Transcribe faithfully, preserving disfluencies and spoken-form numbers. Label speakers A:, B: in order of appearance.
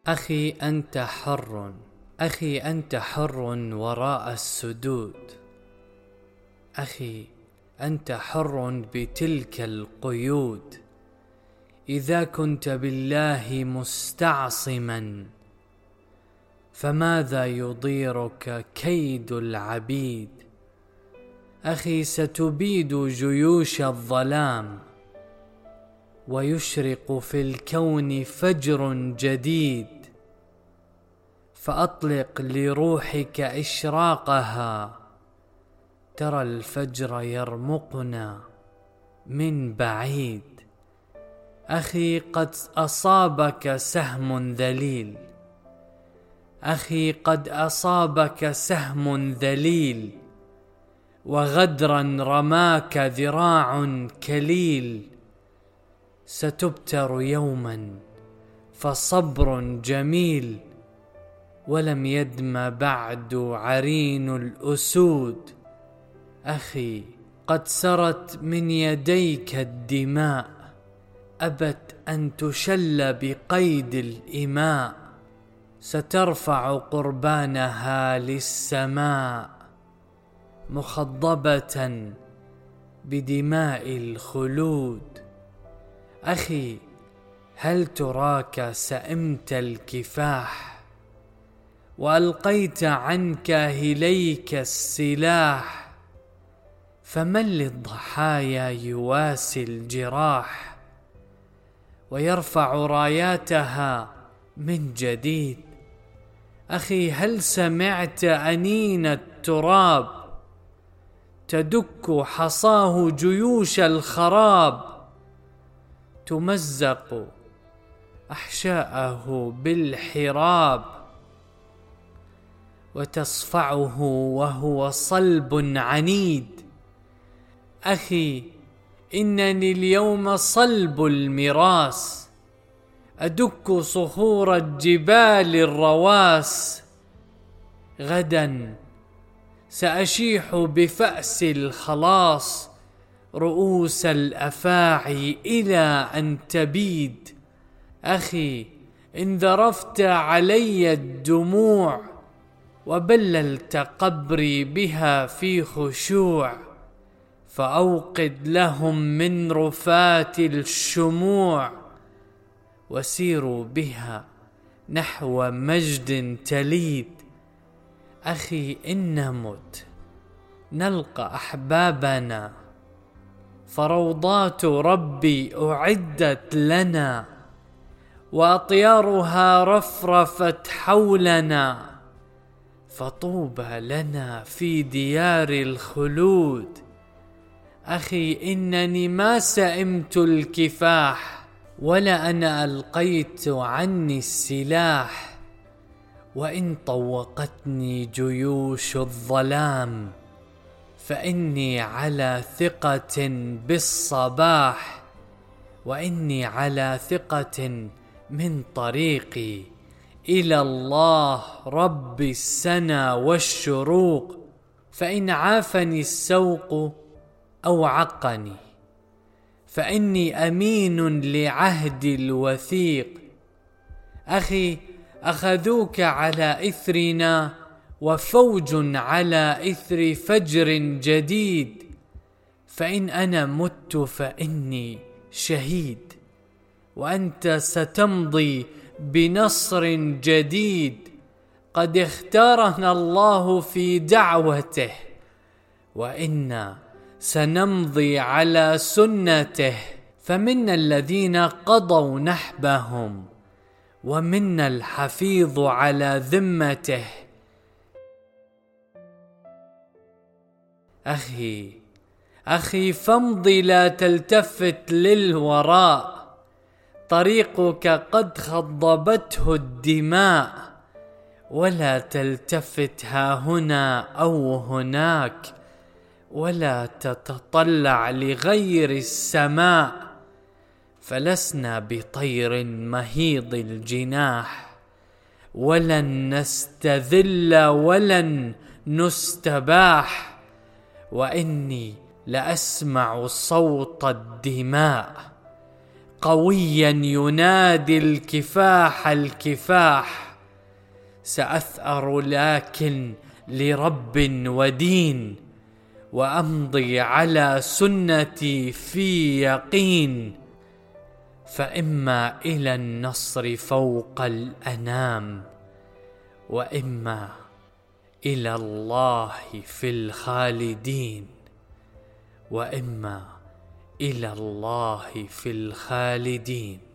A: أخي أنت حر، أخي أنت حر وراء السدود. أخي أنت حر بتلك القيود. إذا كنت بالله مستعصما فماذا يضيرك كيد العبيد؟ أخي ستبيد جيوش الظلام ويشرق في الكون فجر جديد، فأطلق لروحك إشراقها، ترى الفجر يرمقنا من بعيد. أخي قد أصابك سهم ذليل، أخي قد أصابك سهم ذليل، وغدرا رماك ذراع كليل. ستبتر يوما فصبر جميل، ولم يدم بعد عرين الأسود. أخي قد سرت من يديك الدماء، أبت أن تشل بقيد الإماء، سترفع قربانها للسماء مخضبة بدماء الخلود. أخي هل تراك سئمت الكفاح وألقيت عن كاهليك السلاح؟ فمن للضحايا يواسي الجراح ويرفع راياتها من جديد؟ أخي هل سمعت أنين التراب تدك حصاه جيوش الخراب، تمزق أحشاءه بالحراب وتصفعه وهو صلب عنيد؟ أخي إنني اليوم صلب المراس، أدك صخور الجبال الرواس. غدا سأشيح بفأس الخلاص رؤوس الأفاعي إلى أن تبيد. أخي إن ذرفت علي الدموع وبللت قبري بها في خشوع، فأوقد لهم من رفات الشموع وسيروا بها نحو مجد تليد. أخي إن نمت نلقى أحبابنا، فروضات ربي أعدت لنا وأطيارها رفرفت حولنا، فطوبى لنا في ديار الخلود. أخي إنني ما سئمت الكفاح ولا أنا ألقيت عني السلاح، وإن طوقتني جيوش الظلام فإني على ثقة بالصباح، وإني على ثقة من طريقي إلى الله رب السنا والشروق. فإن عافني السوق أو عقني فإني أمين لعهد الوثيق. أخي أخذوك على إثرنا وفوج على إثر فجر جديد، فإن أنا مت فإني شهيد، وأنت ستمضي بنصر جديد قد اختارنا الله في دعوته، وإنا سنمضي على سنته. فمنا الذين قضوا نحبهم ومنا الحفيظ على ذمته. أخي أخي فامضي لا تلتفت للوراء، طريقك قد خضبته الدماء، ولا تلتفت ها هنا أو هناك، ولا تتطلع لغير السماء، فلسنا بطير مهيض الجناح، ولن نستذل ولن نستباح. وإني لأسمع صوت الدماء قويا ينادي الكفاح الكفاح. سأثأر لكن لرب ودين، وأمضي على سنتي في يقين. فإما إلى النصر فوق الأنام، وإما إلى الله في الخالدين، وإما إلى الله في الخالدين.